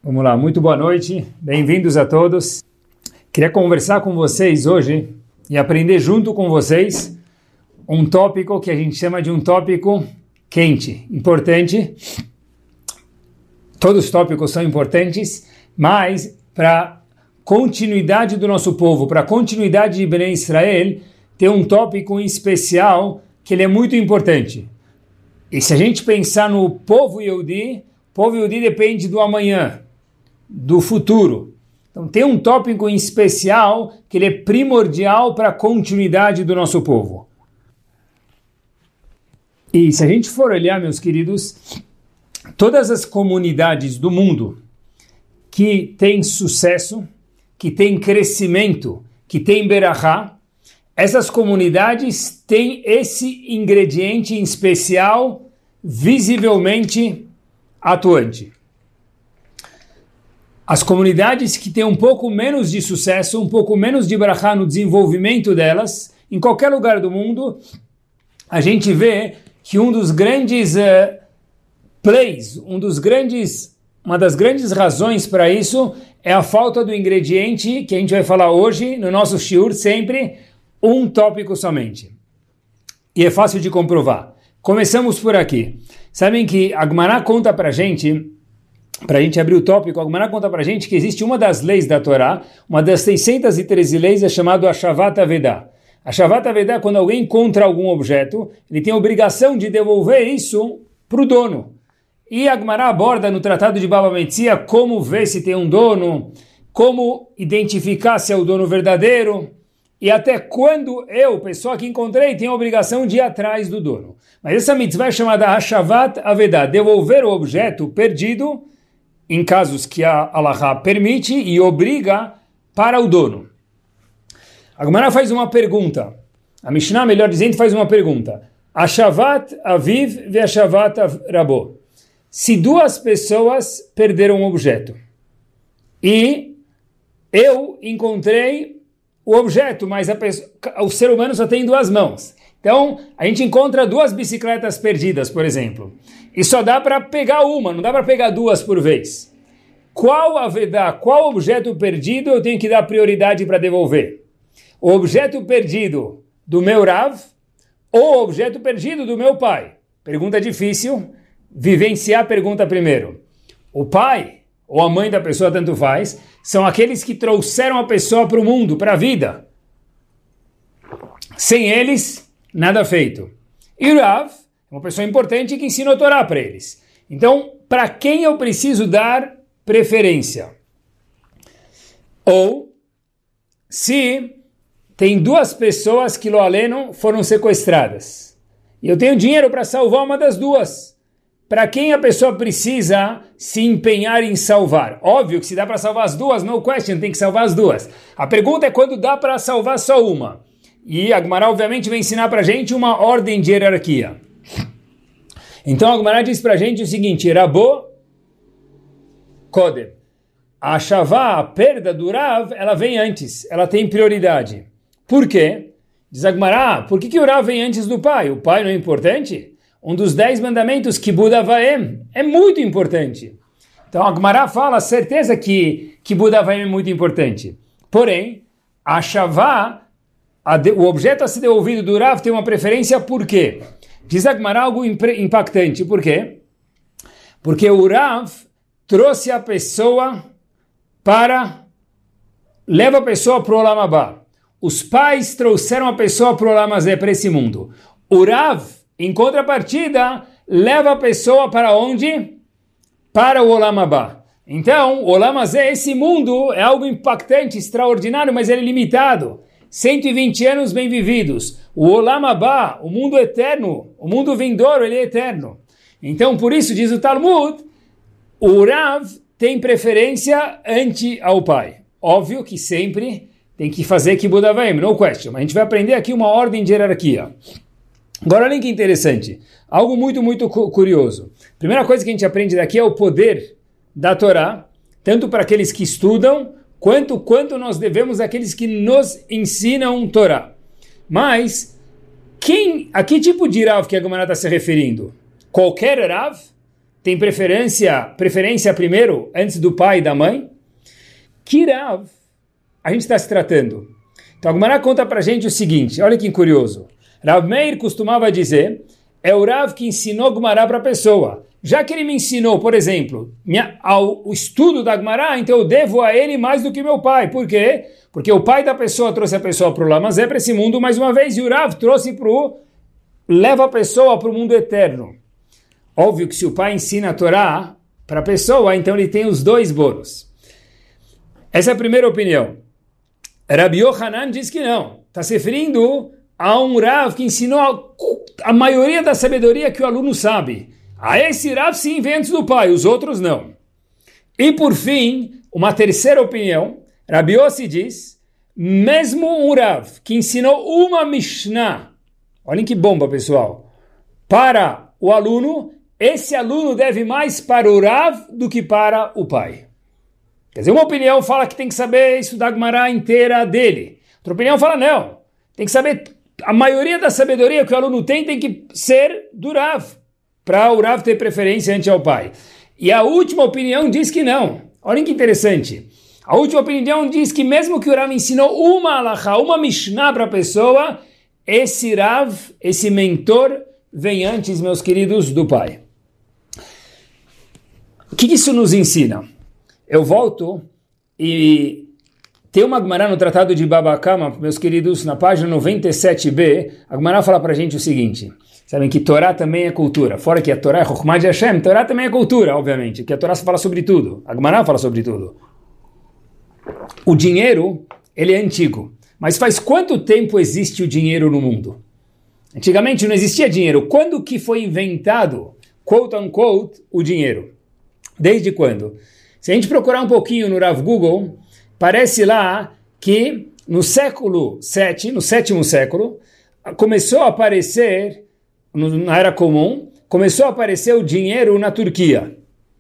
Vamos lá, muito boa noite, bem-vindos a todos. Queria conversar com vocês hoje e aprender junto com vocês um tópico que a gente chama de um tópico quente, importante. Todos os tópicos são importantes, mas para continuidade do nosso povo, para a continuidade de Bnei Israel, tem um tópico em especial que ele é muito importante. E se a gente pensar no povo Yehudi, o povo Yehudi depende do amanhã, do futuro. Então tem um tópico em especial que ele é primordial para a continuidade do nosso povo. E se a gente for olhar, meus queridos, todas as comunidades do mundo que têm sucesso, que têm crescimento, que têm berachá, essas comunidades têm esse ingrediente em especial visivelmente atuante. As comunidades que têm um pouco menos de sucesso, um pouco menos de berachá no desenvolvimento delas, em qualquer lugar do mundo, a gente vê que um dos grandes uma das grandes razões para isso é a falta do ingrediente que a gente vai falar hoje no nosso shiur, sempre um tópico somente. E é fácil de comprovar. Começamos por aqui. Sabem que a Gemara conta para a gente abrir o tópico, a Gemara conta para a gente que existe uma das leis da Torá, uma das 613 leis é chamada Hashavat Avedah. Hashavat Avedah, quando alguém encontra algum objeto, ele tem a obrigação de devolver isso para o dono. E a Gemara aborda no Tratado de Baba Metzia como ver se tem um dono, como identificar se é o dono verdadeiro, e até quando eu, pessoa que encontrei, tenho a obrigação de ir atrás do dono. Mas essa mitzvah é chamada Hashavat Avedah, devolver o objeto perdido, em casos que a Halachá permite e obriga para o dono. A Gemara faz uma pergunta. A Mishnah, melhor dizendo, faz uma pergunta. Hashavat Aviv ve Hashavat Rabo. Se duas pessoas perderam um objeto e eu encontrei o objeto, mas o ser humano só tem duas mãos. Então, a gente encontra duas bicicletas perdidas, por exemplo, e só dá para pegar uma, não dá para pegar duas por vez. Qual Avedah, qual objeto perdido eu tenho que dar prioridade para devolver? O objeto perdido do meu Rav ou o objeto perdido do meu pai? Pergunta difícil, vivenciar a pergunta primeiro. O pai ou a mãe da pessoa, tanto faz, são aqueles que trouxeram a pessoa para o mundo, para a vida. Sem eles, nada feito. E o Rav é uma pessoa importante que ensina a Torá para eles. Então, para quem eu preciso dar preferência? Ou, se tem duas pessoas que, lo aleno, foram sequestradas, e eu tenho dinheiro para salvar uma das duas, para quem a pessoa precisa se empenhar em salvar? Óbvio que se dá para salvar as duas, no question, tem que salvar as duas. A pergunta é quando dá para salvar só uma. E a Gemara, obviamente, vai ensinar para a gente uma ordem de hierarquia. Então a Gemara diz para a gente o seguinte, Rabo Kodem. A Shavá, a perda do Rav, ela vem antes, ela tem prioridade. Por quê? Diz a Gemara, por que o Rav vem antes do pai? O pai não é importante? Um dos 10 mandamentos, Kibud Avaim, é muito importante. Então a Gemara fala, certeza que Kibud Avaim é muito importante. Porém, a Shavá, o objeto a ser devolvido do Rav tem uma preferência, por quê? Diz a Gemara algo impactante, por quê? Porque o Rav trouxe a pessoa leva a pessoa para o Olam Abba. Os pais trouxeram a pessoa para o Olam Hazé, para esse mundo. O Rav, em contrapartida, leva a pessoa para onde? Para o Olam Abba. Então, o Olam Hazé, esse mundo, é algo impactante, extraordinário, mas ele é limitado. 120 anos bem vividos. O Olam Abba, o mundo eterno, o mundo vindouro, ele é eterno. Então, por isso, diz o Talmud, o Rav tem preferência ante ao pai. Óbvio que sempre tem que fazer Kibud Avaim, no question. Mas a gente vai aprender aqui uma ordem de hierarquia. Agora, olha que interessante. Algo muito, muito curioso. Primeira coisa que a gente aprende daqui é o poder da Torá, tanto para aqueles que estudam, quanto nós devemos àqueles que nos ensinam Torá. Mas, a que tipo de Rav que a Gemara está se referindo? Qualquer Rav? tem preferência primeiro, antes do pai e da mãe? Que Rav a gente está se tratando? Então a Gemara conta para a gente o seguinte, olha que curioso. Rav Meir costumava dizer, é o Rav que ensinou Gemara para a pessoa. Já que ele me ensinou, por exemplo, o estudo da Gemara, então eu devo a ele mais do que meu pai. Por quê? Porque o pai da pessoa trouxe a pessoa para o Lamazé, para esse mundo, mais uma vez, e o Rav leva a pessoa para o mundo eterno. Óbvio que se o pai ensina a Torá para a pessoa, então ele tem os dois bônus. Essa é a primeira opinião. Rabi Yohanan diz que não. Está se referindo a um Rav que ensinou a maioria da sabedoria que o aluno sabe. A esse Rav sim vem antes do pai, os outros não. E por fim, uma terceira opinião, Rabi Yossi diz, mesmo um Rav que ensinou uma Mishnah, olhem que bomba pessoal, para o aluno, esse aluno deve mais para o Rav do que para o pai. Quer dizer, uma opinião fala que tem que saber estudar a Gemara inteira dele. Outra opinião fala não, tem que saber, a maioria da sabedoria que o aluno tem que ser do Rav, para o Rav ter preferência ante ao pai. E a última opinião diz que não. Olhem que interessante. A última opinião diz que mesmo que o Rav ensinou uma alahá, uma Mishnah para a pessoa, esse Rav, esse mentor, vem antes, meus queridos, do pai. O que isso nos ensina? Eu volto e tem uma Gemara no Tratado de Baba Kama, meus queridos, na página 97b, a Gemara fala para a gente o seguinte, sabem que Torá também é cultura, fora que a Torá é Chokhmah de Hashem, Torá também é cultura, obviamente, que a Torá fala sobre tudo, a Gemara fala sobre tudo. O dinheiro, ele é antigo, mas faz quanto tempo existe o dinheiro no mundo? Antigamente não existia dinheiro, quando que foi inventado, quote unquote, o dinheiro? Desde quando? Se a gente procurar um pouquinho no Rav Google, parece lá que no século VII, no sétimo século, começou a aparecer, na Era Comum, começou a aparecer o dinheiro na Turquia.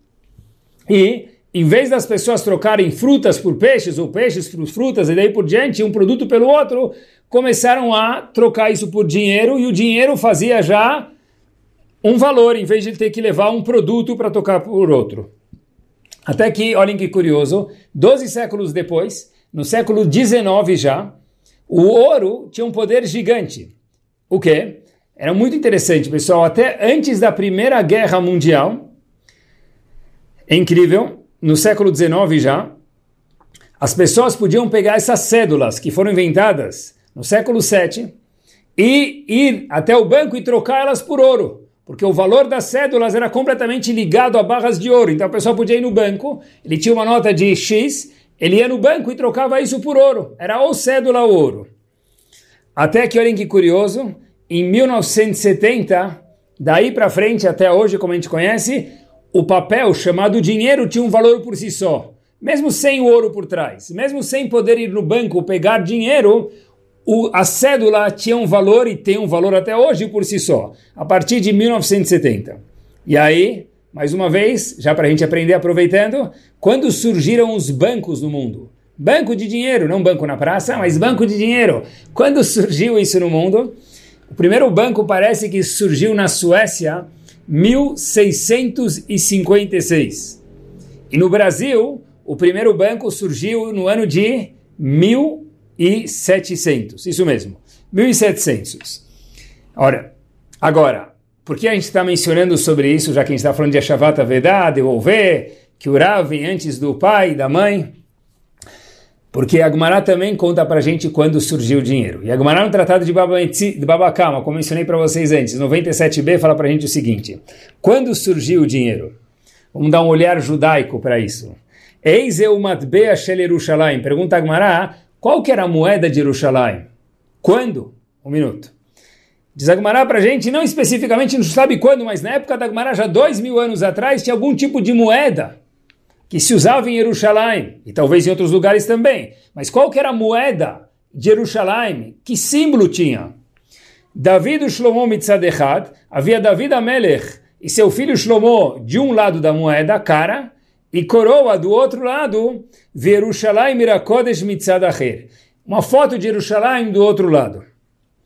E, em vez das pessoas trocarem frutas por peixes, ou peixes por frutas, e daí por diante, um produto pelo outro, começaram a trocar isso por dinheiro, e o dinheiro fazia já um valor, em vez de ter que levar um produto para trocar por outro. Até que, olhem que curioso, 12 séculos depois, no século XIX já, o ouro tinha um poder gigante. O quê? Era muito interessante, pessoal. Até antes da Primeira Guerra Mundial, é incrível, no século XIX já, as pessoas podiam pegar essas cédulas que foram inventadas no século VII e ir até o banco e trocar elas por ouro. Porque o valor das cédulas era completamente ligado a barras de ouro. Então a pessoa podia ir no banco, ele tinha uma nota de X, ele ia no banco e trocava isso por ouro. Era ou cédula ou ouro. Até que, olhem que curioso, em 1970, daí para frente até hoje, como a gente conhece, o papel chamado dinheiro tinha um valor por si só. Mesmo sem o ouro por trás, mesmo sem poder ir no banco pegar dinheiro, a cédula tinha um valor e tem um valor até hoje por si só, a partir de 1970. E aí, mais uma vez, já para a gente aprender aproveitando, quando surgiram os bancos no mundo? Banco de dinheiro, não banco na praça, mas banco de dinheiro. Quando surgiu isso no mundo? O primeiro banco parece que surgiu na Suécia, 1656. E no Brasil, o primeiro banco surgiu no ano de 1700, isso mesmo, 1700. Agora, por que a gente está mencionando sobre isso, já que a gente está falando de Hashavat Avedah, devolver, que o Rav vem antes do pai e da mãe? Porque a Gemara também conta para a gente quando surgiu o dinheiro. E a Gemara no Tratado de Baba Kama, como mencionei para vocês antes, 97b, fala para a gente o seguinte, quando surgiu o dinheiro? Vamos dar um olhar judaico para isso. Eis eu matbea shel Yerushalayim, pergunta a Gemara, qual que era a moeda de Yerushalayim? Quando? Um minuto. Diz a Gemara para a gente, não especificamente, não sabe quando, mas na época da Gemara, já 2000 anos atrás, tinha algum tipo de moeda que se usava em Yerushalayim, e talvez em outros lugares também. Mas qual que era a moeda de Yerushalayim? Que símbolo tinha? David Shlomo mitzad echad, havia David Amelech e seu filho Shlomo de um lado da moeda, cara, e coroa do outro lado, Yerushalayim irakodesh mitzad acher. Uma foto de Yerushalayim do outro lado.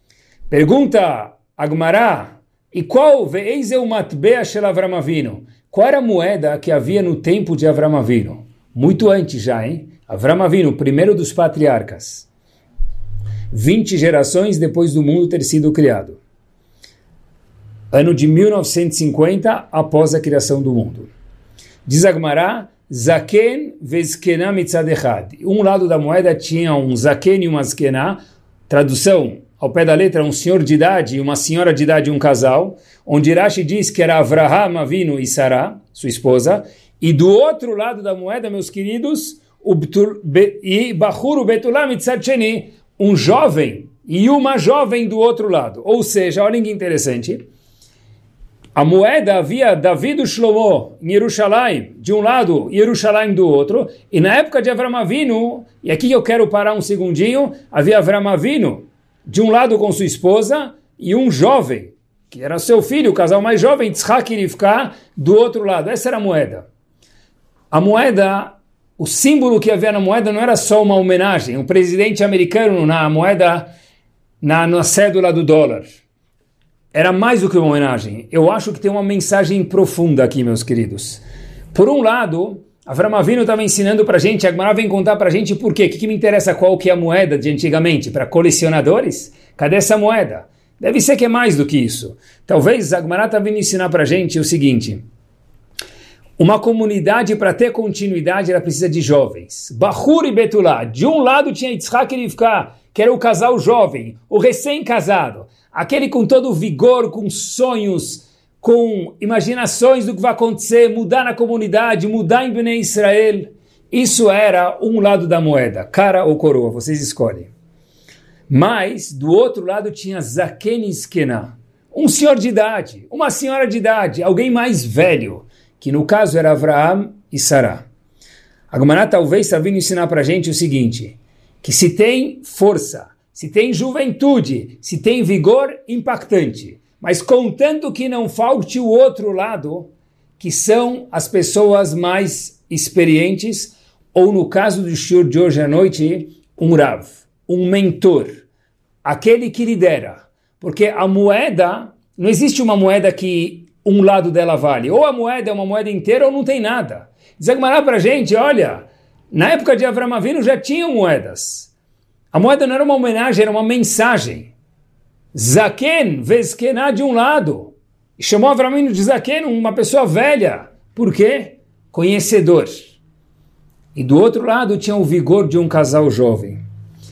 Pergunta a Gemara, e qual qual era a moeda que havia no tempo de Avram Avinu? Muito antes já, hein? Avram Avinu, primeiro dos patriarcas. 20 gerações depois do mundo ter sido criado. Ano de 1950, após a criação do mundo. Diz a Gemara, Zaken vezkena mitzad echad. Um lado da moeda tinha um Zaken e uma Zkena, tradução ao pé da letra, um senhor de idade e uma senhora de idade, um casal, onde Rashi diz que era Avraham Avinu e Sarah, sua esposa, e do outro lado da moeda, meus queridos, e Bachuru Betulah mitzad sheni, um jovem e uma jovem do outro lado. Ou seja, olha que interessante, a moeda havia David e Shlomo em Jerusalém, de um lado, e Jerusalém do outro, e na época de Avram Avinu, e aqui eu quero parar um segundinho, havia Avram Avinu, de um lado com sua esposa, e um jovem, que era seu filho, o casal mais jovem, Tzchak e Rivka, do outro lado. Essa era a moeda. A moeda, o símbolo que havia na moeda não era só uma homenagem, um presidente americano na moeda, na cédula do dólar. Era mais do que uma homenagem. Eu acho que tem uma mensagem profunda aqui, meus queridos. Por um lado, Avram Avinu estava ensinando para a gente, a Gemara vem contar para a gente por quê. O que me interessa qual que é a moeda de antigamente? Para colecionadores? Cadê essa moeda? Deve ser que é mais do que isso. Talvez a Gemara está vindo ensinar para a gente o seguinte. Uma comunidade, para ter continuidade, ela precisa de jovens. Bachur e Betulah. De um lado tinha Yitzhak e Rivka, que era o casal jovem, o recém-casado. Aquele com todo o vigor, com sonhos, com imaginações do que vai acontecer, mudar na comunidade, mudar em Bnei Israel. Isso era um lado da moeda, cara ou coroa, vocês escolhem. Mas, do outro lado tinha Zaken e Zkena, um senhor de idade, uma senhora de idade, alguém mais velho, que no caso era Avraham e Sarah. A Gemara talvez está vindo ensinar para a gente o seguinte, que se tem força, se tem juventude, se tem vigor, impactante. Mas contanto que não falte o outro lado, que são as pessoas mais experientes, ou no caso do shiur de hoje à noite, um Rav, um mentor, aquele que lidera. Porque a moeda, não existe uma moeda que um lado dela vale. Ou a moeda é uma moeda inteira ou não tem nada. Diz a Gemara para a gente, olha, na época de Avram Avinu já tinham moedas. A moeda não era uma homenagem, era uma mensagem. Zaken, Vezkená de um lado. E chamou Avram Avinu de Zaken, uma pessoa velha. Por quê? Conhecedor. E do outro lado tinha o vigor de um casal jovem.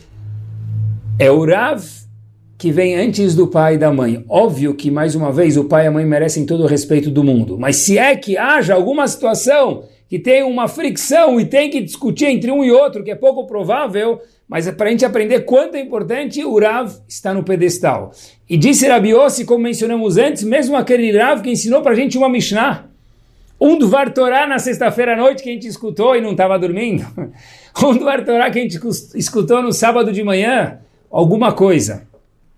É o Rav que vem antes do pai e da mãe. Óbvio que, mais uma vez, o pai e a mãe merecem todo o respeito do mundo. Mas se é que haja alguma situação que tem uma fricção e tem que discutir entre um e outro, que é pouco provável, mas é para a gente aprender quanto é importante, o Rav está no pedestal. E disse Rabi Yossi, como mencionamos antes, mesmo aquele Rav que ensinou para a gente uma Mishnah, um Dvar Torah na sexta-feira à noite que a gente escutou e não estava dormindo, um Dvar Torah que a gente escutou no sábado de manhã, alguma coisa.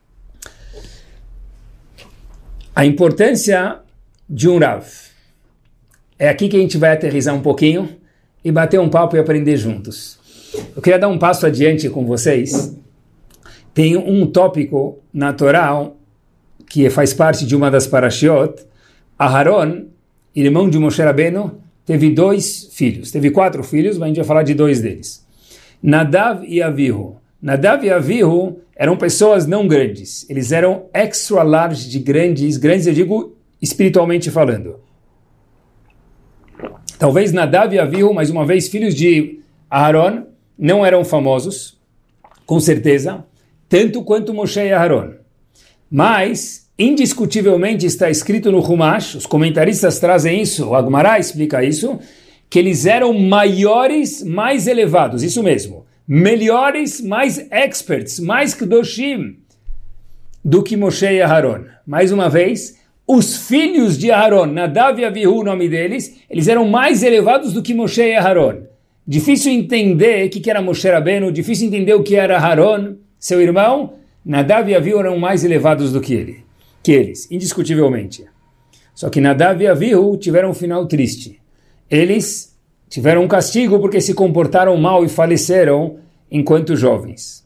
A importância de um Rav. É aqui que a gente vai aterrissar um pouquinho e bater um papo e aprender juntos. Eu queria dar um passo adiante com vocês. Tem um tópico na Torá que faz parte de uma das parashiot. Aharon, irmão de Moshe Rabbeinu, teve 2 filhos. Teve 4 filhos, mas a gente vai falar de 2 deles. Nadav e Avihu. Nadav e Avihu eram pessoas não grandes. Eles eram extra large, de grandes eu digo espiritualmente falando. Talvez Nadav e Avihu, mais uma vez, filhos de Aharon, não eram famosos, com certeza, tanto quanto Moshe e Aharon. Mas, indiscutivelmente, está escrito no Humash, os comentaristas trazem isso, o Agmará explica isso, que eles eram maiores, mais elevados, isso mesmo, melhores, mais experts, mais Kedoshim, do que Moshe e Aharon. Mais uma vez, os filhos de Aharon, Nadav e Avihu, o nome deles, eles eram mais elevados do que Moshe e Aharon. Difícil entender o que era Moshe Rabbeinu, difícil entender o que era Aharon, seu irmão. Nadav e Avihu eram mais elevados do que eles, indiscutivelmente. Só que Nadav e Avihu tiveram um final triste. Eles tiveram um castigo porque se comportaram mal e faleceram enquanto jovens.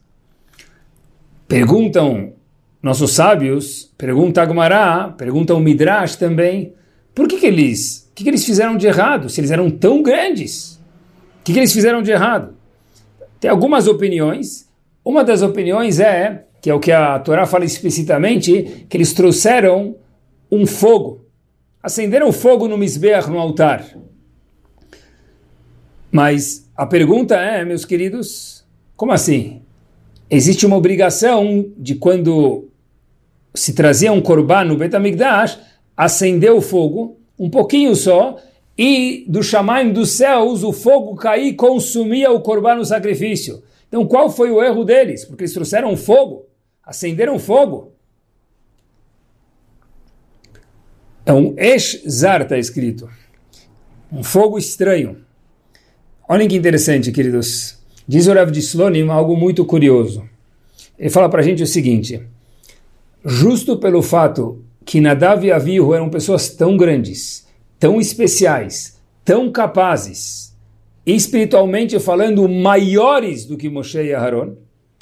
Perguntam nossos sábios, pergunta a Gemara, pergunta o Midrash também, Por que eles fizeram de errado? Se eles eram tão grandes, o que eles fizeram de errado? Tem algumas opiniões. Uma das opiniões que é o que a Torá fala explicitamente, que eles trouxeram um fogo. Acenderam fogo no Mizbeach, no altar. Mas a pergunta meus queridos, como assim? Existe uma obrigação de quando se trazia um korban no Bet HaMikdash, acender o fogo, um pouquinho só, e do Shamaim dos céus, o fogo cair e consumia o korban no sacrifício. Então qual foi o erro deles? Porque eles trouxeram fogo, acenderam fogo. É um Esh Zar, está escrito. Um fogo estranho. Olhem que interessante, queridos. Diz o Rav de Slonim algo muito curioso. Ele fala para a gente o seguinte: justo pelo fato que Nadav e Avihu eram pessoas tão grandes, tão especiais, tão capazes, espiritualmente falando, maiores do que Moshe e Aharon,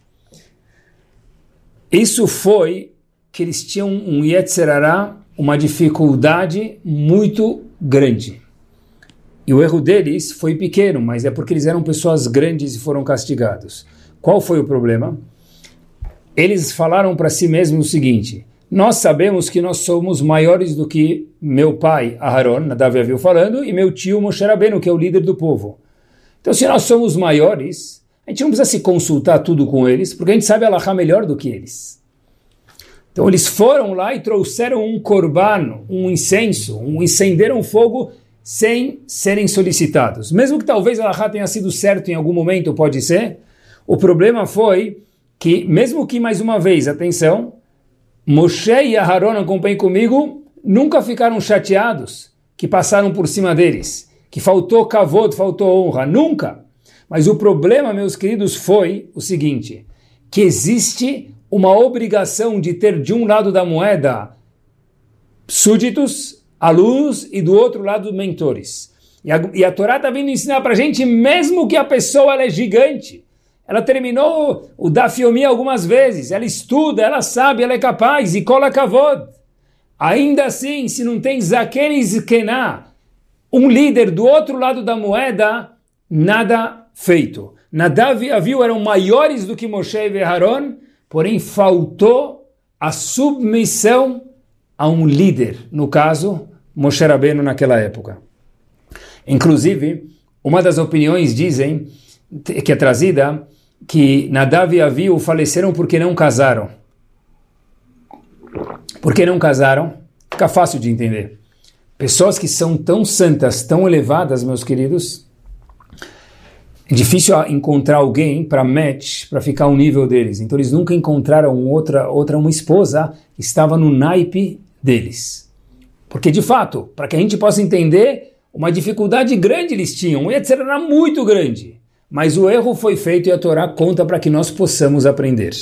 isso foi que eles tinham um Yetzer Hara, uma dificuldade muito grande. E o erro deles foi pequeno, mas é porque eles eram pessoas grandes e foram castigados. Qual foi o problema? Eles falaram para si mesmos o seguinte: nós sabemos que nós somos maiores do que meu pai, Aharon, Nadav e Avihu falando, e meu tio Moshe Rabbeinu, que é o líder do povo. Então, se nós somos maiores, a gente não precisa se consultar tudo com eles, porque a gente sabe Halachá melhor do que eles. Então, eles foram lá e trouxeram um korban, um incenso, incenderam fogo sem serem solicitados. Mesmo que talvez Halachá tenha sido certo em algum momento, pode ser, o problema foi que, mesmo que, mais uma vez, atenção, Moshe e Aharon, acompanhem comigo, nunca ficaram chateados que passaram por cima deles, que faltou kavod, faltou honra, nunca. Mas o problema, meus queridos, foi o seguinte, que existe uma obrigação de ter de um lado da moeda súditos, alunos, e do outro lado mentores. E a Torá está vindo ensinar para a gente, mesmo que a pessoa ela é gigante, ela terminou o Daf Yomi algumas vezes, ela estuda, ela sabe, ela é capaz, e kola kavod. Ainda assim, se não tem Zaken e Zkená, um líder do outro lado da moeda, nada feito. Nadav e Avihu eram maiores do que Moshe e Aharon, porém faltou a submissão a um líder, no caso, Moshe Rabbeinu naquela época. Inclusive, uma das opiniões dizem, que é trazida, que Nadav e Avihu faleceram porque não casaram. Por que não casaram? Fica fácil de entender. Pessoas que são tão santas, tão elevadas, meus queridos, é difícil encontrar alguém para match, para ficar ao nível deles. Então eles nunca encontraram uma esposa que estava no naipe deles. Porque de fato, para que a gente possa entender, uma dificuldade grande eles tinham, e era muito grande. Mas o erro foi feito e a Torá conta para que nós possamos aprender.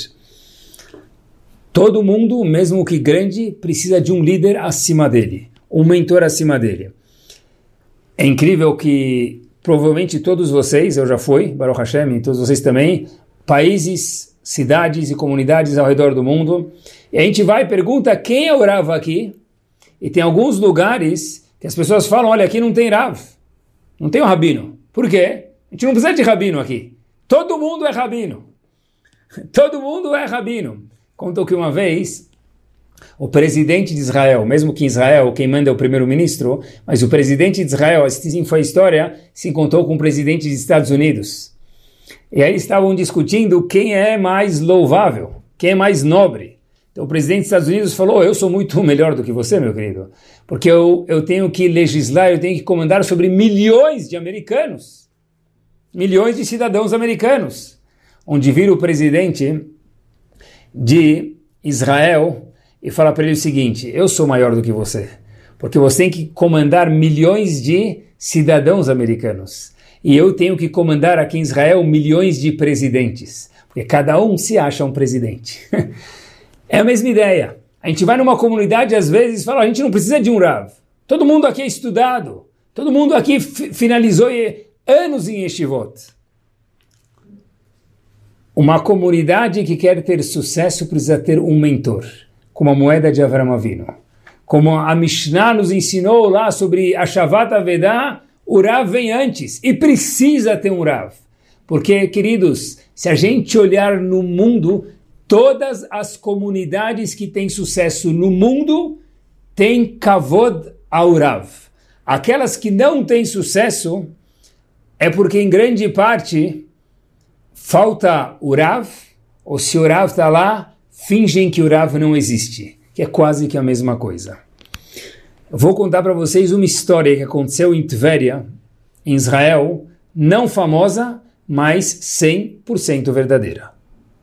Todo mundo, mesmo que grande, precisa de um líder acima dele, um mentor acima dele. É incrível que provavelmente todos vocês, eu já fui, Baruch Hashem, e todos vocês também, países, cidades e comunidades ao redor do mundo, e a gente vai e pergunta quem é o Rav aqui, e tem alguns lugares que as pessoas falam, olha, aqui não tem Rav, não tem um rabino. Por quê? A gente não precisa de rabino aqui. Todo mundo é rabino. Todo mundo é rabino. Contou que uma vez, o presidente de Israel, mesmo que em Israel quem manda é o primeiro-ministro, mas o presidente de Israel, assim foi a história, se encontrou com o presidente dos Estados Unidos. E aí eles estavam discutindo quem é mais louvável, quem é mais nobre. Então o presidente dos Estados Unidos falou, eu sou muito melhor do que você, meu querido, porque eu tenho que legislar, eu tenho que comandar sobre milhões de americanos, milhões de cidadãos americanos, onde vira o presidente de Israel e fala para ele o seguinte, eu sou maior do que você, porque você tem que comandar milhões de cidadãos americanos, e eu tenho que comandar aqui em Israel milhões de presidentes, porque cada um se acha um presidente. É a mesma ideia. A gente vai numa comunidade às vezes e fala, a gente não precisa de um Rav, todo mundo aqui é estudado, todo mundo aqui finalizou anos em Yeshivot. Uma comunidade que quer ter sucesso precisa ter um mentor, como a moeda de Avraham Avinu, como a Mishnah nos ensinou lá sobre a Shavat Avedah, o Rav vem antes e precisa ter um Rav. Porque, queridos, se a gente olhar no mundo, todas as comunidades que têm sucesso no mundo têm kavod ao Rav. Aquelas que não têm sucesso é porque, em grande parte, falta o Rav, ou se o Rav está lá, fingem que o Rav não existe, que é quase que a mesma coisa. Eu vou contar para vocês uma história que aconteceu em Tveria, em Israel, não famosa, mas 100% verdadeira.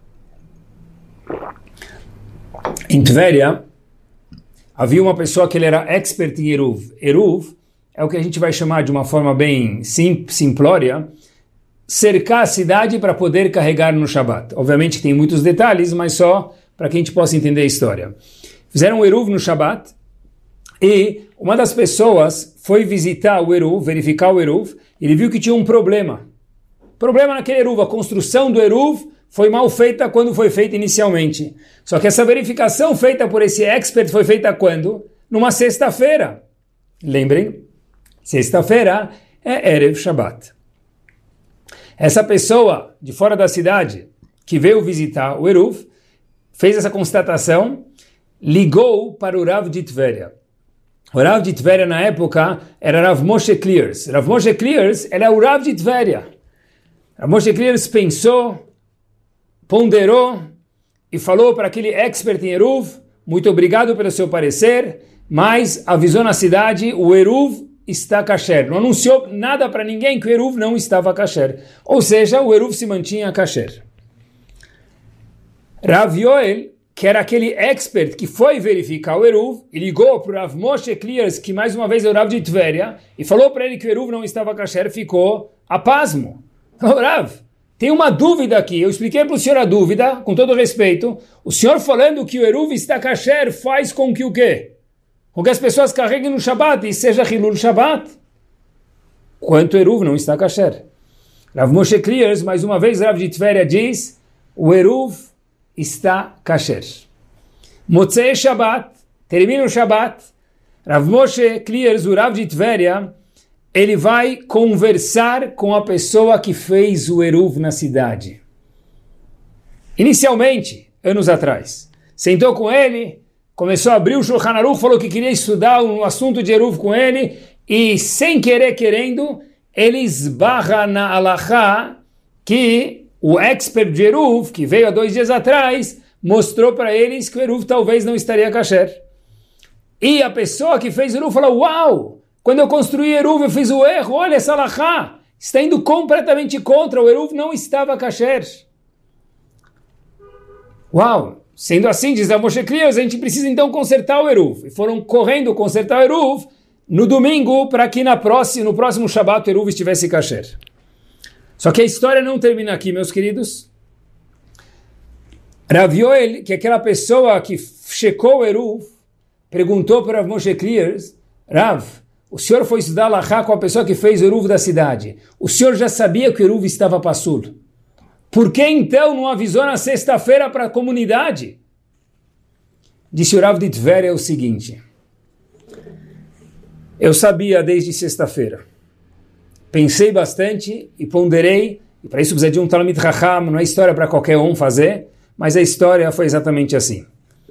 Em Tveria, havia uma pessoa que ele era expert em Eruv. Eruv é o que a gente vai chamar de uma forma bem simplória, cercar a cidade para poder carregar no Shabat. Obviamente tem muitos detalhes, mas só para que a gente possa entender a história. Fizeram um Eruv no Shabat e uma das pessoas foi visitar o Eruv, verificar o Eruv, e ele viu que tinha um problema. Problema naquele Eruv, a construção do Eruv foi mal feita quando foi feita inicialmente. Só que essa verificação feita por esse expert foi feita quando? Numa sexta-feira. Lembrem, sexta-feira é Erev Shabbat. Essa pessoa de fora da cidade que veio visitar o Eruv fez essa constatação, ligou para o Rav de Tveria. O Rav de Tveria na época era Rav Moshe Clears. Rav Moshe Clears era o Rav de Tveria. Rav Moshe Clears pensou, ponderou e falou para aquele expert em Eruv: muito obrigado pelo seu parecer, mas avisou na cidade, o Eruv está kasher. Não anunciou nada para ninguém que o Eruv não estava kasher. Ou seja, o Eruv se mantinha kasher. Rav Yoel, que era aquele expert que foi verificar o Eruv, e ligou para o Rav Moshe Clears, que mais uma vez é o Rav de Tveria, e falou para ele que o Eruv não estava kasher, ficou apasmo. Falou: Rav, tem uma dúvida aqui, eu expliquei para o senhor a dúvida, com todo respeito, o senhor falando que o Eruv está kasher faz com que o quê? Com que as pessoas carreguem no Shabat e seja Hilul Shabat? Quanto o Eruv não está kasher. Rav Moshe Clears, mais uma vez, Rav de Tveria diz, o Eruv está kasher. Motzei Shabbat, termina o Shabat, Rav Moshe Clears, o Rav de Tveria, ele vai conversar com a pessoa que fez o Eruv na cidade. Inicialmente, anos atrás, sentou com ele, começou a abrir o Shulchan Aruch, falou que queria estudar um assunto de Eruv com ele, e sem querer querendo, ele esbarra na alachá que o expert de Eruv, que veio há 2 dias atrás, mostrou para eles que o Eruv talvez não estaria kasher. E a pessoa que fez Eruv falou: uau, quando eu construí Eruv eu fiz o erro, olha essa alachá, está indo completamente contra, o Eruv não estava kasher. Uau, sendo assim, diz a Moshe Clears, a gente precisa então consertar o Eruv. E foram correndo consertar o Eruv no domingo, para que no próximo Shabbat o Eruv estivesse kasher. Só que a história não termina aqui, meus queridos. Rav Yoel, que é aquela pessoa que checou o Eruv, perguntou para Rav Moshe Clears: Rav, o senhor foi estudar Alachá com a pessoa que fez o Eruv da cidade. O senhor já sabia que o Eruv estava passul. Por que então não avisou na sexta-feira para a comunidade? Disse o Rav de Tveria o seguinte: eu sabia desde sexta-feira. Pensei bastante e ponderei, e para isso precisa de um Talmid Chacham, não é história para qualquer um fazer, mas a história foi exatamente assim.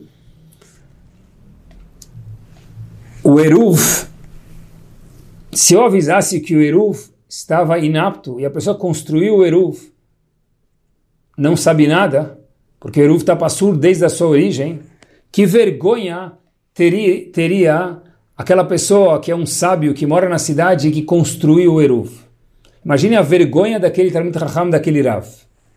O Eruv, se eu avisasse que o Eruv estava inapto e a pessoa construiu o Eruv, não sabe nada, porque o Eruv está passur desde a sua origem, que vergonha teria aquela pessoa que é um sábio, que mora na cidade e que construiu o Eruv. Imagine a vergonha daquele Talmid Chacham, daquele Rav.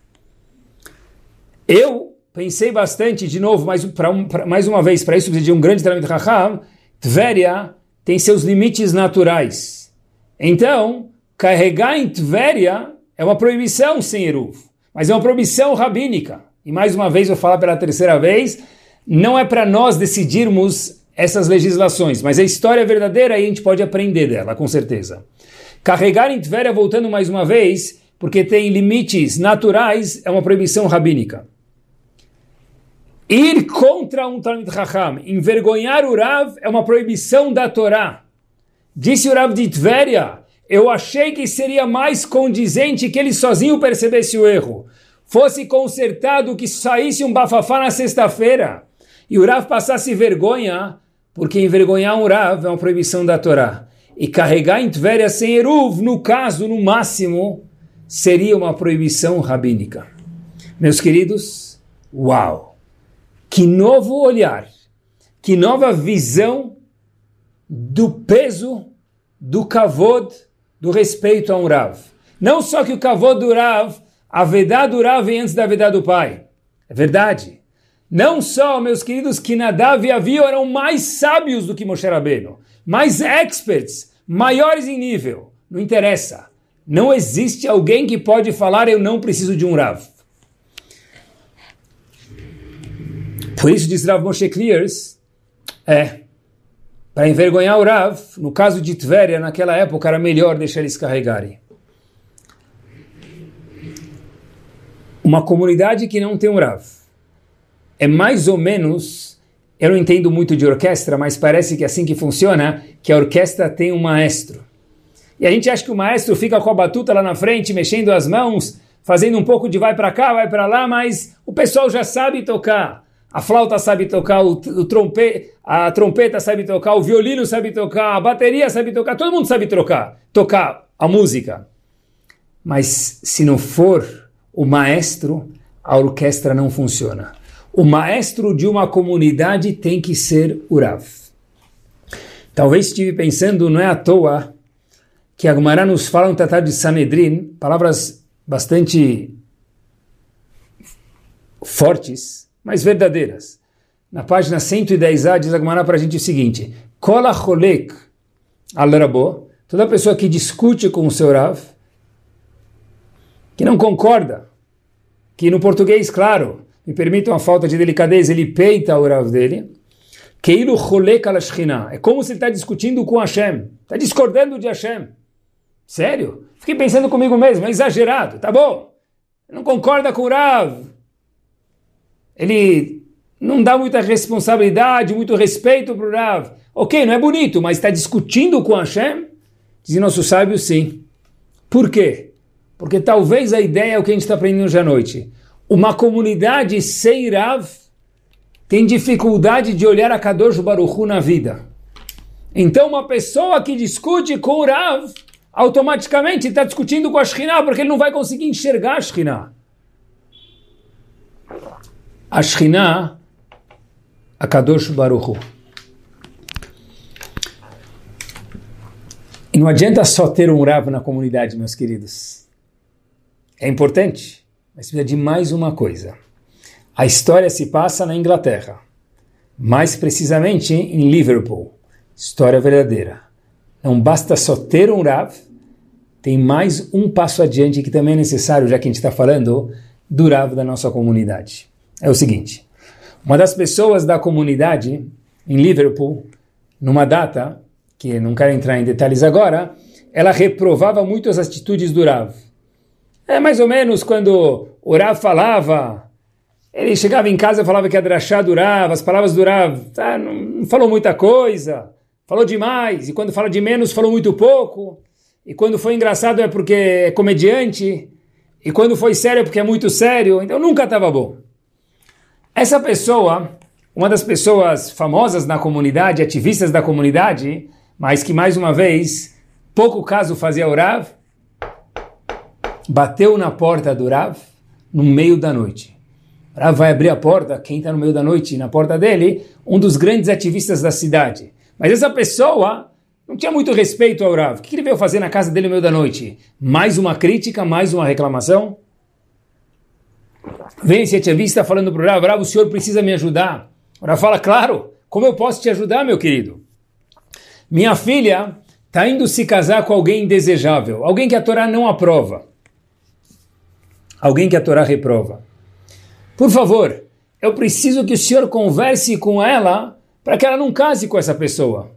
Eu pensei bastante, de novo, mais uma vez, para isso precisa de um grande Talmid Chacham. Tveria tem seus limites naturais. Então, carregar em Tveria é uma proibição sem Eruv, mas é uma proibição rabínica. E mais uma vez, vou falar pela 3ª vez, não é para nós decidirmos essas legislações, mas a história é verdadeira e a gente pode aprender dela, com certeza. Carregar em Tveria, voltando mais uma vez, porque tem limites naturais, é uma proibição rabínica. Ir contra um Talmid Chacham, envergonhar o Rav, é uma proibição da Torá. Disse o Rav de Tveria, eu achei que seria mais condizente que ele sozinho percebesse o erro. Fosse consertado que saísse um bafafá na sexta-feira e o Rav passasse vergonha, porque envergonhar um Rav é uma proibição da Torá. E carregar em Tveria sem Eruv, no caso, no máximo, seria uma proibição rabínica. Meus queridos, uau! Que novo olhar, que nova visão do peso, do kavod, do respeito a um Rav. Não só que o kavod do Rav, a vedá do Rav vem antes da vedá do pai. É verdade. Não só, meus queridos, que Nadav e Avihu eram mais sábios do que Moshe Rabbeinu, mais experts, maiores em nível. Não interessa. Não existe alguém que pode falar eu não preciso de um Rav. Por isso diz Rav Moshe Clears, para envergonhar o Rav, no caso de Tveria, naquela época era melhor deixar eles carregarem. Uma comunidade que não tem um Rav é mais ou menos, eu não entendo muito de orquestra, mas parece que é assim que funciona, que a orquestra tem um maestro. E a gente acha que o maestro fica com a batuta lá na frente, mexendo as mãos, fazendo um pouco de vai para cá, vai para lá, mas o pessoal já sabe tocar. A flauta sabe tocar, a trompeta sabe tocar, o violino sabe tocar, a bateria sabe tocar, todo mundo sabe tocar a música. Mas se não for o maestro, a orquestra não funciona. O maestro de uma comunidade tem que ser o Rav. Talvez estive pensando, não é à toa, que a Gemara nos fala no Tratado de Sanedrin, palavras bastante fortes, mas verdadeiras. Na página 110a diz a Gemara para a gente o seguinte: Kol hacholek al rabo, toda pessoa que discute com o seu Rav, que não concorda, que no português, claro, me permite uma falta de delicadeza, ele peita o Rav dele, keilu cholek al Shekhinah, é como se ele está discutindo com Hashem, está discordando de Hashem. Sério? Fiquei pensando comigo mesmo, é exagerado, tá bom? Não concorda com o Rav, ele não dá muita responsabilidade, muito respeito para o Rav. Ok, não é bonito, mas está discutindo com Hashem? Dizem nossos sábios, sim. Por quê? Porque talvez a ideia é o que a gente está aprendendo hoje à noite. Uma comunidade sem Rav tem dificuldade de olhar a Kadosh Baruch Hu na vida. Então uma pessoa que discute com o Rav, automaticamente está discutindo com a Shekhinah, porque ele não vai conseguir enxergar a Shekhinah. A Shekhinah, a Kadosh Baruch Hu. E não adianta só ter um Rav na comunidade, meus queridos. É importante, mas precisa de mais uma coisa. A história se passa na Inglaterra, mais precisamente em Liverpool. História verdadeira. Não basta só ter um Rav, tem mais um passo adiante que também é necessário, já que a gente está falando do Rav da nossa comunidade. É o seguinte, uma das pessoas da comunidade em Liverpool, numa data, que não quero entrar em detalhes agora, ela reprovava muito as atitudes do Rav. É mais ou menos quando o Rav falava, ele chegava em casa e falava que a drachá do Rav, as palavras do Rav, não falou muita coisa, falou demais, e quando fala de menos, falou muito pouco, e quando foi engraçado é porque é comediante, e quando foi sério é porque é muito sério, então nunca estava bom. Essa pessoa, uma das pessoas famosas na comunidade, ativistas da comunidade, mas que mais uma vez, pouco caso fazia o Rav, bateu na porta do Rav no meio da noite. O Rav vai abrir a porta, quem está no meio da noite na porta dele? Um dos grandes ativistas da cidade. Mas essa pessoa não tinha muito respeito ao Rav. O que ele veio fazer na casa dele no meio da noite? Mais uma crítica, mais uma reclamação? Vem esse ativista falando para o Rav: Rav, o senhor precisa me ajudar. O Rav fala: claro, como eu posso te ajudar, meu querido? Minha filha está indo se casar com alguém indesejável, alguém que a Torá não aprova, alguém que a Torá reprova. Por favor, eu preciso que o senhor converse com ela para que ela não case com essa pessoa.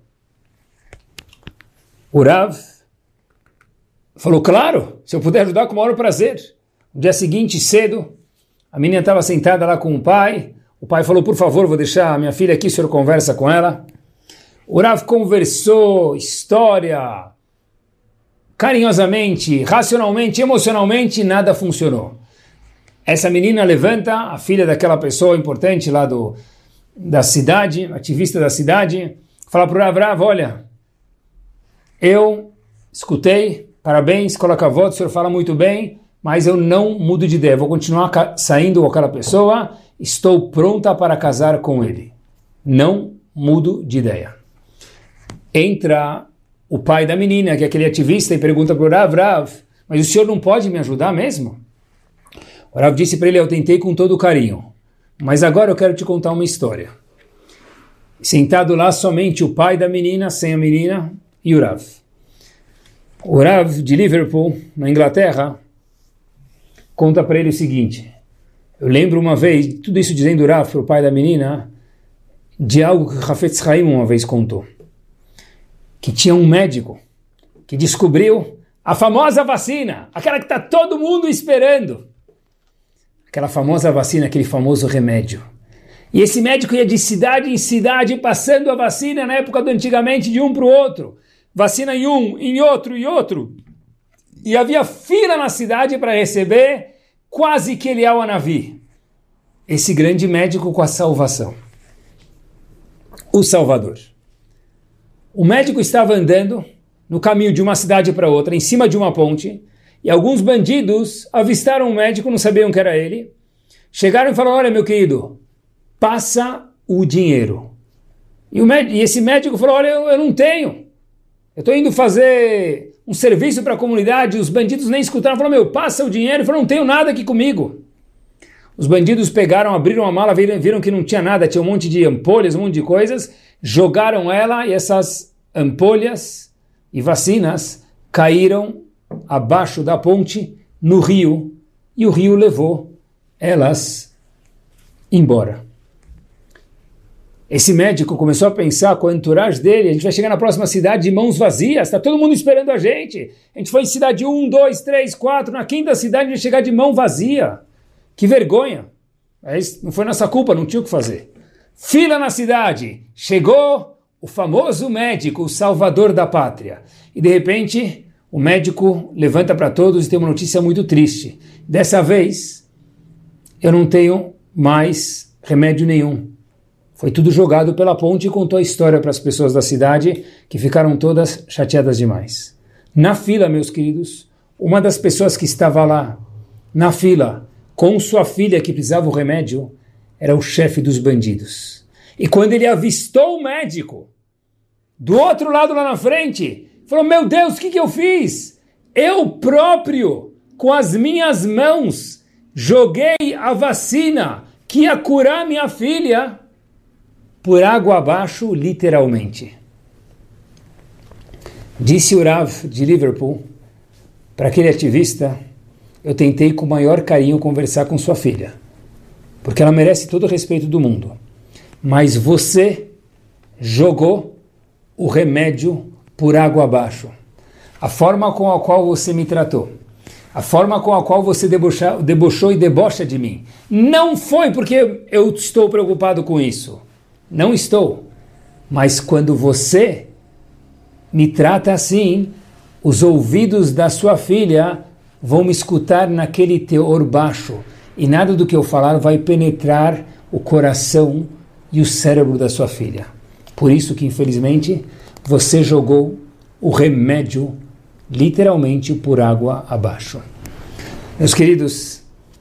O Rav falou: claro, se eu puder ajudar, com o maior prazer. No dia seguinte, cedo, a menina estava sentada lá com o O pai falou, por favor, vou deixar a minha filha aqui, o senhor conversa com ela. O Rav conversou, história, carinhosamente, racionalmente, emocionalmente, nada funcionou. Essa menina levanta, a filha daquela pessoa importante lá da cidade, ativista da cidade, fala para o Rav, olha, eu escutei, parabéns, coloca a voto, o senhor fala muito bem, mas eu não mudo de ideia, vou continuar saindo com aquela pessoa, estou pronta para casar com ele. Não mudo de ideia. Entra o pai da menina, que é aquele ativista, e pergunta para o Rav, mas o senhor não pode me ajudar mesmo? O Rav disse para ele, eu tentei com todo carinho, mas agora eu quero te contar uma história. Sentado lá somente o pai da menina, sem a menina, e o Rav. O Rav de Liverpool, na Inglaterra, conta para ele o seguinte, eu lembro uma vez, tudo isso dizendo o Rav para o pai da menina, de algo que Hafetz Haim uma vez contou. Que tinha um médico que descobriu a famosa vacina, aquela que está todo mundo esperando. Aquela famosa vacina, aquele famoso remédio. E esse médico ia de cidade em cidade passando a vacina na época do antigamente de um para o outro. Vacina em um, em outro e outro. E havia fila na cidade para receber quase que Eliyahu Hanavi. Esse grande médico com a salvação. O Salvador. O médico estava andando no caminho de uma cidade para outra, em cima de uma ponte, e alguns bandidos avistaram o médico, não sabiam que era ele, chegaram e falaram, olha meu querido, passa o dinheiro. E esse médico falou, olha, eu não tenho, eu estou indo fazer um serviço para a comunidade, os bandidos nem escutaram, falaram, meu, passa o dinheiro, ele falou, não tenho nada aqui comigo. Os bandidos pegaram, abriram a mala, viram que não tinha nada, tinha um monte de ampolhas, um monte de coisas, jogaram ela e essas ampolhas e vacinas caíram abaixo da ponte no rio e o rio levou elas embora. Esse médico começou a pensar com a entourage dele, a gente vai chegar na próxima cidade de mãos vazias, está todo mundo esperando a gente foi em cidade 1, 2, 3, 4, na quinta cidade a gente vai chegar de mão vazia. Que vergonha! Não foi nossa culpa, não tinha o que fazer. Fila na cidade, chegou o famoso médico, o salvador da pátria. E de repente, o médico levanta para todos e tem uma notícia muito triste. Dessa vez, eu não tenho mais remédio nenhum. Foi tudo jogado pela ponte e contou a história para as pessoas da cidade, que ficaram todas chateadas demais. Na fila, meus queridos, uma das pessoas que estava lá, na fila, com sua filha que precisava o remédio, era o chefe dos bandidos. E quando ele avistou o médico, do outro lado lá na frente, falou, meu Deus, o que eu fiz? Eu próprio, com as minhas mãos, joguei a vacina que ia curar minha filha por água abaixo, literalmente. Disse o Rav de Liverpool para aquele ativista, eu tentei com o maior carinho conversar com sua filha, porque ela merece todo o respeito do mundo. Mas você jogou o remédio por água abaixo. A forma com a qual você me tratou, a forma com a qual você debochou e debocha de mim, não foi porque eu estou preocupado com isso. Não estou. Mas quando você me trata assim, os ouvidos da sua filha vão me escutar naquele teor baixo, e nada do que eu falar vai penetrar o coração e o cérebro da sua filha. Por isso que, infelizmente, você jogou o remédio literalmente por água abaixo. Meus queridos,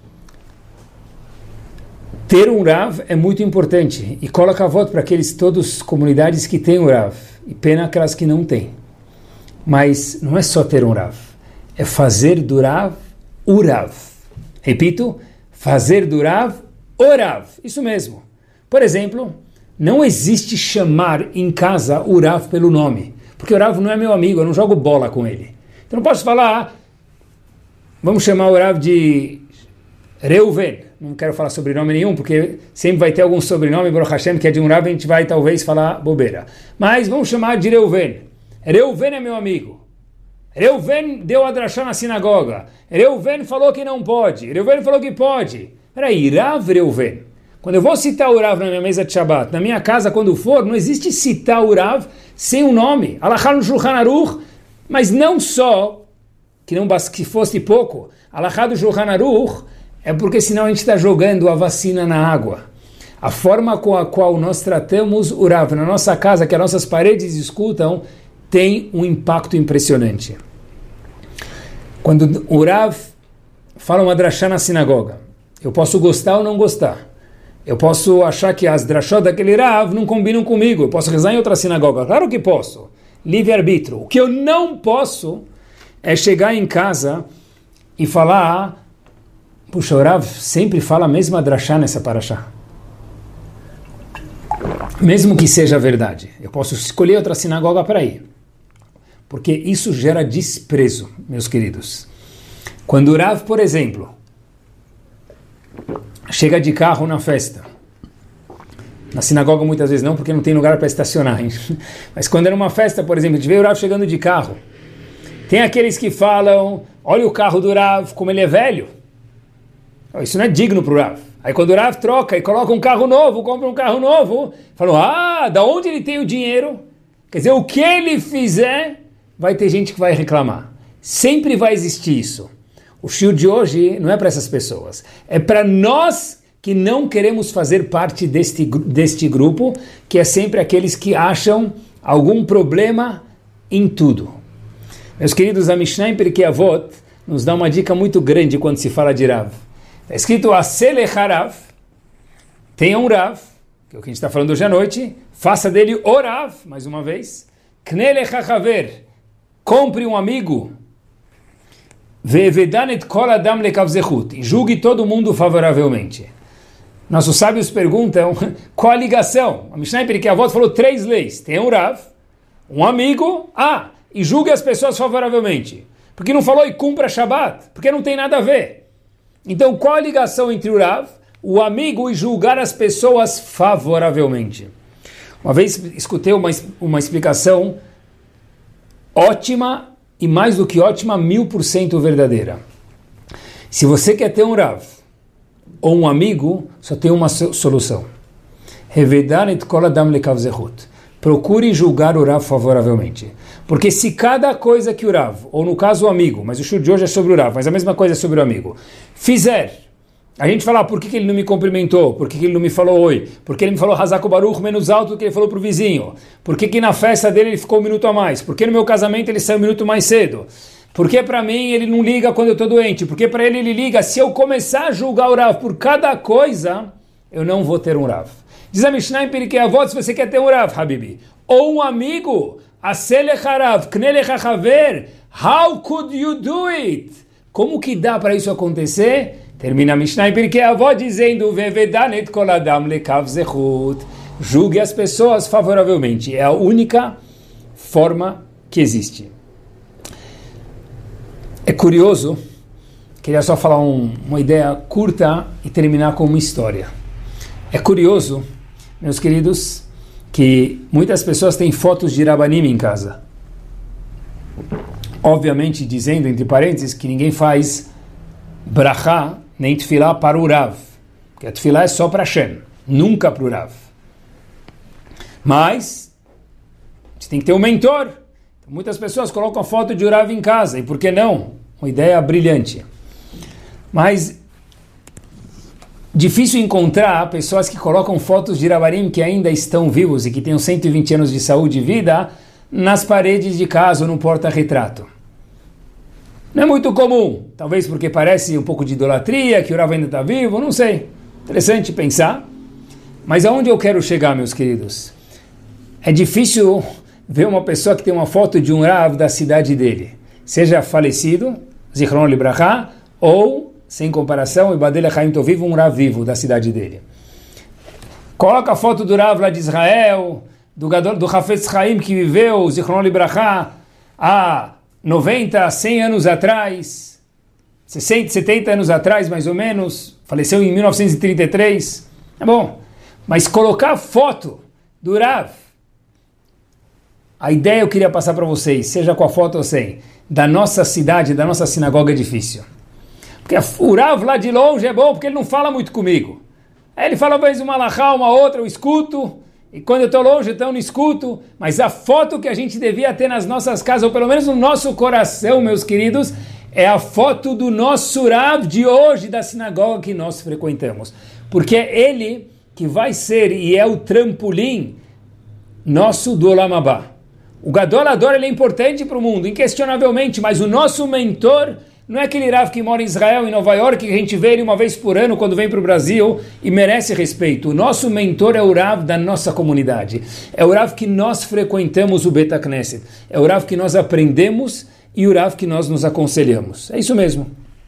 ter um Rav é muito importante, e coloca a voto para aqueles todas comunidades que têm um Rav, e pena aquelas que não têm. Mas não é só ter um Rav, é fazer do Rav o Rav. Repito, fazer do Rav o Rav. Isso mesmo. Por exemplo, não existe chamar em casa o Rav pelo nome, porque o Rav não é meu amigo, eu não jogo bola com ele. Então não posso falar, vamos chamar o Rav de Reuven. Não quero falar sobrenome nenhum, porque sempre vai ter algum sobrenome, Baruch Hashem, que é de um Rav, a gente vai talvez falar bobeira. Mas vamos chamar de Reuven. Reuven é meu amigo. Reuven deu a drachá na sinagoga. Reuven falou que não pode. Reuven falou que pode. Peraí, Rav Reuven. Quando eu vou citar o Rav na minha mesa de Shabbat, na minha casa, quando for, não existe citar o Rav sem um nome. Alachá no Shulchan Aruch, mas não só, que fosse pouco, Alachá do Shulchan Aruch, é porque senão a gente está jogando a vacina na água. A forma com a qual nós tratamos o Rav na nossa casa, que as nossas paredes escutam, tem um impacto impressionante. Quando o Rav fala uma drashá na sinagoga, eu posso gostar ou não gostar. Eu posso achar que as drashot daquele Rav não combinam comigo. Eu posso rezar em outra sinagoga. Claro que posso. Livre-arbítrio. O que eu não posso é chegar em casa e falar, puxa, o Rav sempre fala a mesma drashá nessa parashá. Mesmo que seja verdade. Eu posso escolher outra sinagoga para ir. Porque isso gera desprezo, meus queridos. Quando o Rav, por exemplo, chega de carro na festa. Na sinagoga muitas vezes não, porque não tem lugar para estacionar. Mas quando é numa festa, por exemplo, a gente vê o Rav chegando de carro. Tem aqueles que falam, olha o carro do Rav, como ele é velho. Isso não é digno para o Rav. Aí quando o Rav troca e coloca um carro novo, compra um carro novo, falam, da onde ele tem o dinheiro? Quer dizer, o que ele fizer, vai ter gente que vai reclamar. Sempre vai existir isso. O shiur de hoje não é para essas pessoas. É para nós que não queremos fazer parte deste grupo, que é sempre aqueles que acham algum problema em tudo. Meus queridos, a Mishnah em Pirkei Avot nos dá uma dica muito grande quando se fala de Rav. Está escrito Aselech Rav, tenha um Rav, que é o que a gente está falando hoje à noite, faça dele o Rav, mais uma vez, Knelech Haver, compre um amigo, Ve'evedanet kol adam lekavzechut, e julgue todo mundo favoravelmente. Nossos sábios perguntam qual a ligação. A Mishnah em Pirkei Avot falou 3 leis. Tem um Rav, um amigo, e julgue as pessoas favoravelmente. Porque não falou e cumpra Shabbat? Porque não tem nada a ver. Então qual a ligação entre o Rav, o amigo e julgar as pessoas favoravelmente? Uma vez escutei uma explicação ótima e mais do que ótima, 1000% verdadeira. Se você quer ter um Rav ou um amigo, só tem uma solução. Revedanet kol adam lekavzechut. Procure julgar o Rav favoravelmente. Porque se cada coisa que o Rav, ou no caso o amigo, mas o shur de hoje é sobre o Rav, mas a mesma coisa é sobre o amigo, fizer, a gente fala, por que ele não me cumprimentou? Por que ele não me falou oi? Por que ele me falou Hazak Baruch menos alto do que ele falou para o vizinho? Por que na festa dele ele ficou 1 minuto a mais? Por que no meu casamento ele saiu 1 minuto mais cedo? Por que para mim ele não liga quando eu estou doente? Por que para ele liga? Se eu começar a julgar o Rav por cada coisa, eu não vou ter um Rav. Diz a Mishnah em Pirkei Avot, se você quer ter um Rav, Habibi, ou um amigo, Aselech Rav, Knelech Haver, how could you do it? Como que dá para isso acontecer? Termina a Mishnah em Pirkei Avot dizendo Ve'evedanet kol adam lekavzechut. Julgue as pessoas favoravelmente. É a única forma que existe. É curioso, queria só falar uma ideia curta e terminar com uma história. É curioso, meus queridos, que muitas pessoas têm fotos de Rabanim em casa. Obviamente dizendo, entre parênteses, que ninguém faz brachá nem tefilá para o Rav, porque a tefilá é só para Hashem, nunca para o Rav. Mas você tem que ter um mentor. Então, muitas pessoas colocam a foto de Rav em casa, e por que não? Uma ideia brilhante. Mas difícil encontrar pessoas que colocam fotos de Rabanim que ainda estão vivos e que tenham 120 anos de saúde e vida nas paredes de casa ou no porta-retrato. Não é muito comum, talvez porque parece um pouco de idolatria, que o Rav ainda está vivo, não sei. Interessante pensar. Mas aonde eu quero chegar, meus queridos? É difícil ver uma pessoa que tem uma foto de um Rav da cidade dele, seja falecido, Zichron Libraha, ou, sem comparação, Ibadel Chaim Toviv, um Rav vivo da cidade dele. Coloca a foto do Rav lá de Israel, do Hafetz Chaim que viveu, Zichron Libraha, há 90, 100 anos atrás, 60, 70 anos atrás, mais ou menos, faleceu em 1933. É bom, mas colocar a foto do Rav, a ideia eu queria passar para vocês, seja com a foto ou sem, da nossa cidade, da nossa sinagoga é difícil. Porque o Rav lá de longe é bom, porque ele não fala muito comigo. Aí ele fala, talvez uma alahá, uma outra, eu escuto, e quando eu estou longe, então não escuto, mas a foto que a gente devia ter nas nossas casas, ou pelo menos no nosso coração, meus queridos, é a foto do nosso Rav de hoje, da sinagoga que nós frequentamos. Porque é ele que vai ser e é o trampolim nosso do Olam Haba. O Gadol Hador, ele é importante para o mundo, inquestionavelmente, mas o nosso mentor não é aquele Rav que mora em Israel, em Nova York, que a gente vê ele uma vez por ano quando vem para o Brasil e merece respeito. O nosso mentor é o Rav da nossa comunidade. É o Rav que nós frequentamos o Bet HaKnesset. É o Rav que nós aprendemos e o Rav que nós nos aconselhamos. É isso mesmo.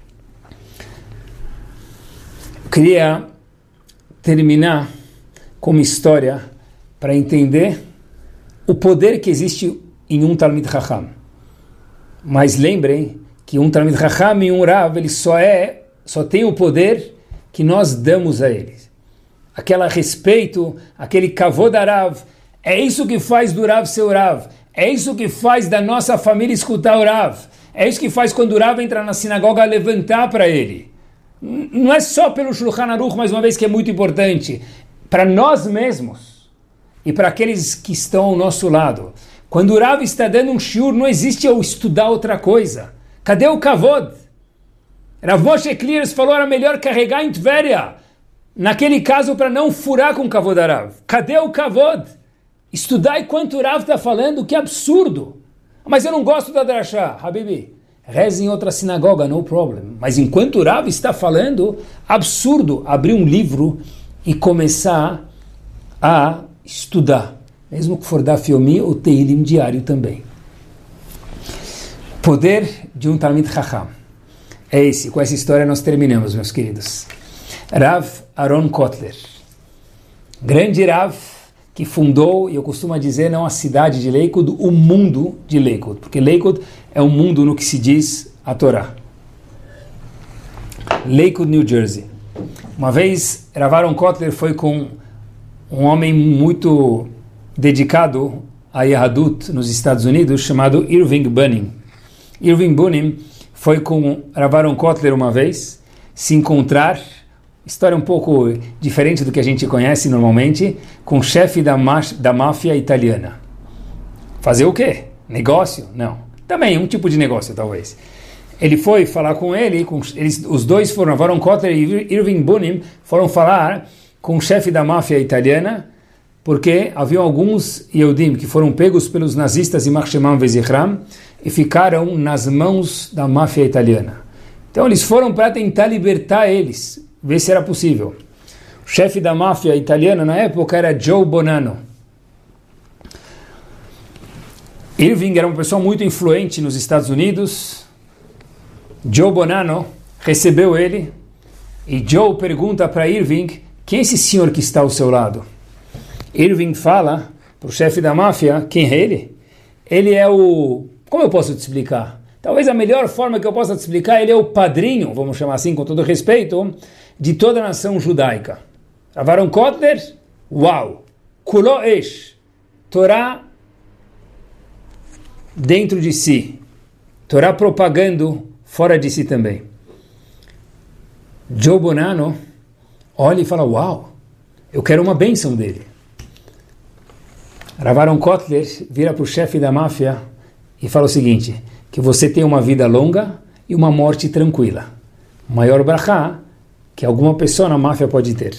Eu queria terminar com uma história para entender o poder que existe em um Talmid Chacham. Mas lembrem que um Talmid Chacham e um Rav, ele só tem o poder que nós damos a eles. Aquele respeito, aquele kavod Rav, é isso que faz do Rav ser o Rav. É isso que faz da nossa família escutar o Rav. É isso que faz quando o Rav entra na sinagoga levantar para ele. Não é só pelo Shulchan Aruch, mais uma vez, que é muito importante. Para nós mesmos e para aqueles que estão ao nosso lado. Quando o Rav está dando um shiur, não existe eu estudar outra coisa. Cadê o kavod? Rav Moshe Kliers falou, era melhor carregar em Tveria. Naquele caso, para não furar com o kavod Rav. Cadê o kavod? Estudar enquanto o Rav está falando, que absurdo. Mas eu não gosto da drashá. Habibi, reze em outra sinagoga, no problem. Mas enquanto o Rav está falando, absurdo abrir um livro e começar a estudar. Mesmo que for da Fiomi ou Teilim diário também. Poder de um Talmid Chacham. É esse. Com essa história nós terminamos, meus queridos. Rav Aaron Kotler. Grande Rav que fundou, e eu costumo dizer, não a cidade de Lakewood, o mundo de Lakewood. Porque Lakewood é um mundo no que se diz a Torá. Lakewood, New Jersey. Uma vez, Rav Aaron Kotler foi com um homem muito dedicado a Yahadut nos Estados Unidos, chamado Irving Bunim. Irving Bunim foi com Rav Aaron Kotler uma vez se encontrar, história um pouco diferente do que a gente conhece normalmente, com o chefe da máfia italiana. Fazer o quê? Negócio? Não. Também um tipo de negócio, talvez. Ele foi falar com ele, os dois foram, Rav Aaron Kotler e Irving Bunim, foram falar com o chefe da máfia italiana, porque havia alguns Yehudim que foram pegos pelos nazistas em Marshemam Vezichram e ficaram nas mãos da máfia italiana. Então eles foram para tentar libertar eles, ver se era possível. O chefe da máfia italiana na época era Joe Bonanno. Irving era uma pessoa muito influente nos Estados Unidos. Joe Bonanno recebeu ele e Joe pergunta para Irving, quem é esse senhor que está ao seu lado? Irving fala para o chefe da máfia, quem é ele? Ele é o... Como eu posso te explicar? Talvez a melhor forma que eu possa te explicar, ele é o padrinho, vamos chamar assim com todo respeito, de toda a nação judaica. Rav Aaron Kotler, uau! Kulo Esh, Torá dentro de si, Torá propagando fora de si também. Joe Bonanno olha e fala, uau, eu quero uma bênção dele. Rav Aaron Kotler vira para o chefe da máfia e fala o seguinte, que você tem uma vida longa e uma morte tranquila. O maior brachá que alguma pessoa na máfia pode ter.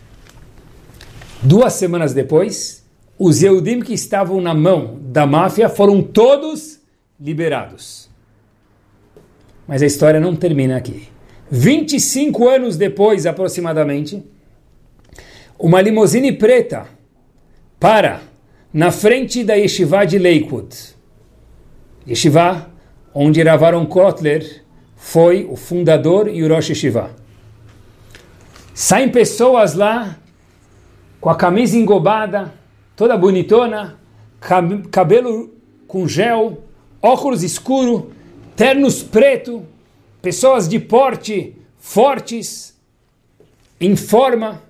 2 semanas depois, os Yehudim que estavam na mão da máfia foram todos liberados. Mas a história não termina aqui. 25 anos depois, aproximadamente, uma limusine preta para na frente da Yeshiva de Lakewood. Yeshiva, onde Rav Aaron Kotler foi o fundador e o Rosh Yeshiva. Saem pessoas lá com a camisa engobada, toda bonitona, cabelo com gel, óculos escuros, ternos preto, pessoas de porte fortes, em forma,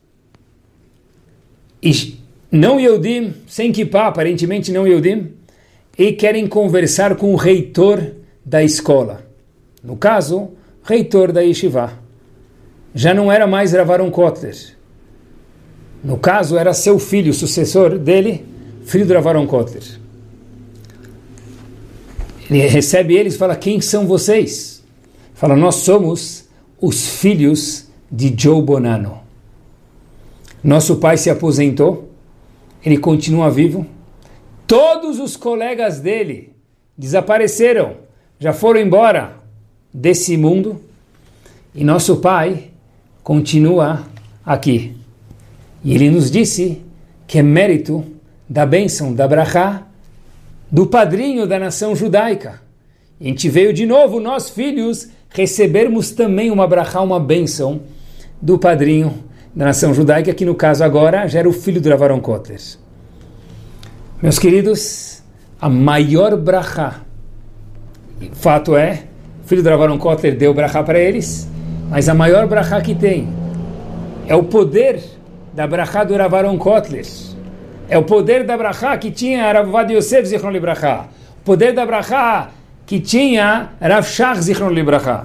e não Yehudim, sem kippah, aparentemente não Yehudim, e querem conversar com o reitor da escola. No caso, reitor da Yeshiva. Já não era mais Rav Aaron Kotler, No caso, era seu filho, o sucessor dele, filho do Rav Aaron Kotler. Ele recebe eles e fala, quem são vocês? Fala, nós somos os filhos de Joe Bonanno. Nosso pai se aposentou, ele continua vivo. Todos os colegas dele desapareceram, já foram embora desse mundo. E nosso pai continua aqui. E ele nos disse que é mérito da bênção, da brachá, do padrinho da nação judaica. E a gente veio de novo, nós filhos, recebermos também uma brachá, uma bênção do padrinho da nação judaica, que no caso agora já era o filho do Rav Aaron Kotler. Meus queridos, a maior brachá, fato é, o filho do Rav Aaron Kotler deu brachá para eles, mas a maior brachá que tem é o poder da brachá do Rav Aaron Kotler. É o poder da brachá que tinha Rav Ovadia Yosef Zichron Libracha. O poder da brachá que tinha Rav Shach Zichron Libracha.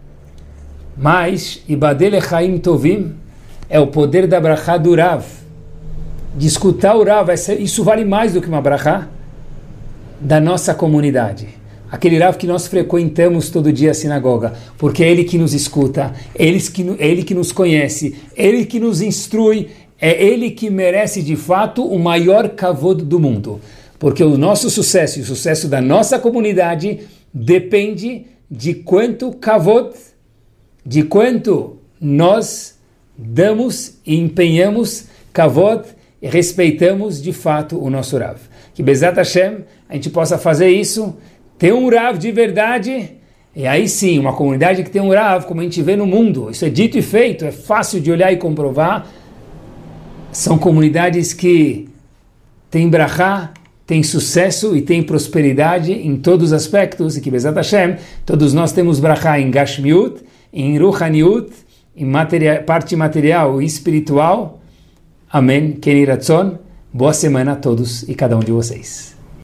Mas, Ibadele Chaim Tovim, é o poder da brachá do Rav. De escutar o Rav, isso vale mais do que uma brachá da nossa comunidade. Aquele Rav que nós frequentamos todo dia a sinagoga, porque é ele que nos escuta, é ele que nos conhece, é ele que nos instrui, é ele que merece de fato o maior kavod do mundo. Porque o nosso sucesso e o sucesso da nossa comunidade depende de quanto kavod, de quanto nós damos e empenhamos kavod e respeitamos de fato o nosso Rav. Que Bezat Hashem a gente possa fazer isso, ter um Rav de verdade, e aí sim, uma comunidade que tem um Rav, como a gente vê no mundo, isso é dito e feito, é fácil de olhar e comprovar, são comunidades que têm brachá, têm sucesso e têm prosperidade em todos os aspectos, e que Bezat Hashem, todos nós temos brachá em Gashmiut, em Ruchaniut, em parte material e espiritual. Amém. Keni Ratzon. Boa semana a todos e cada um de vocês.